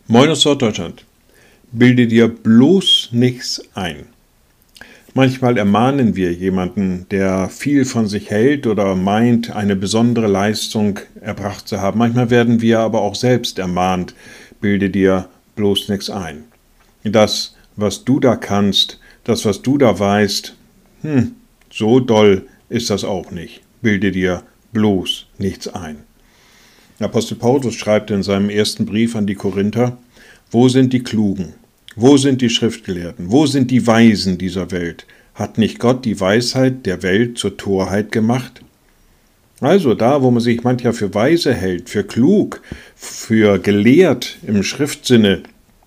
Moin aus Norddeutschland. Bilde dir bloß nichts ein. Manchmal ermahnen wir jemanden, der viel von sich hält oder meint, eine besondere Leistung erbracht zu haben. Manchmal werden wir aber auch selbst ermahnt, bilde dir bloß nichts ein. Das, was du da kannst, das, was du da weißt, so doll ist das auch nicht. Bilde dir bloß nichts ein. Apostel Paulus schreibt in seinem ersten Brief an die Korinther: Wo sind die Klugen? Wo sind die Schriftgelehrten? Wo sind die Weisen dieser Welt? Hat nicht Gott die Weisheit der Welt zur Torheit gemacht? Also da, wo man sich mancher für weise hält, für klug, für gelehrt im Schriftsinne,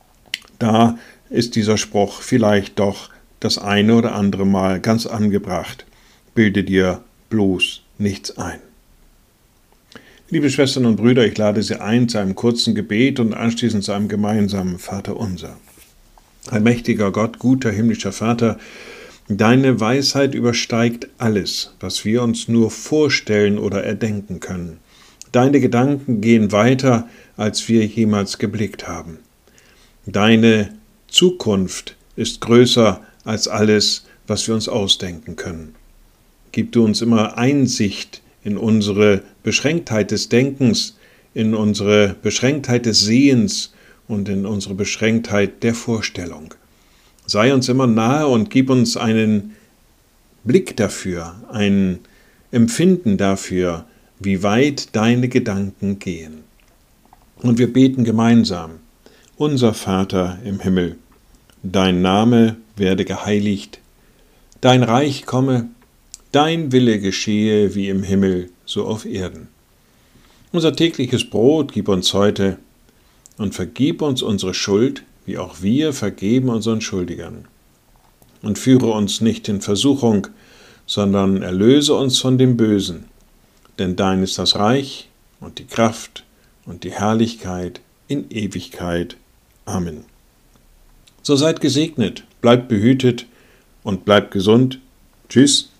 da ist dieser Spruch vielleicht doch das eine oder andere Mal ganz angebracht. Bilde dir bloß nichts ein. Liebe Schwestern und Brüder, ich lade Sie ein zu einem kurzen Gebet und anschließend zu einem gemeinsamen Vaterunser. Allmächtiger Gott, guter himmlischer Vater, deine Weisheit übersteigt alles, was wir uns nur vorstellen oder erdenken können. Deine Gedanken gehen weiter, als wir jemals geblickt haben. Deine Zukunft ist größer als alles, was wir uns ausdenken können. Gib du uns immer Einsicht in unsere Beschränktheit des Denkens, in unsere Beschränktheit des Sehens und in unsere Beschränktheit der Vorstellung. Sei uns immer nahe und gib uns einen Blick dafür, ein Empfinden dafür, wie weit deine Gedanken gehen. Und wir beten gemeinsam: Unser Vater im Himmel, dein Name werde geheiligt, dein Reich komme, dein Wille geschehe wie im Himmel, so auf Erden. Unser tägliches Brot gib uns heute und vergib uns unsere Schuld, wie auch wir vergeben unseren Schuldigern. Und führe uns nicht in Versuchung, sondern erlöse uns von dem Bösen. Denn dein ist das Reich und die Kraft und die Herrlichkeit in Ewigkeit. Amen. So seid gesegnet, bleibt behütet und bleibt gesund. Tschüss.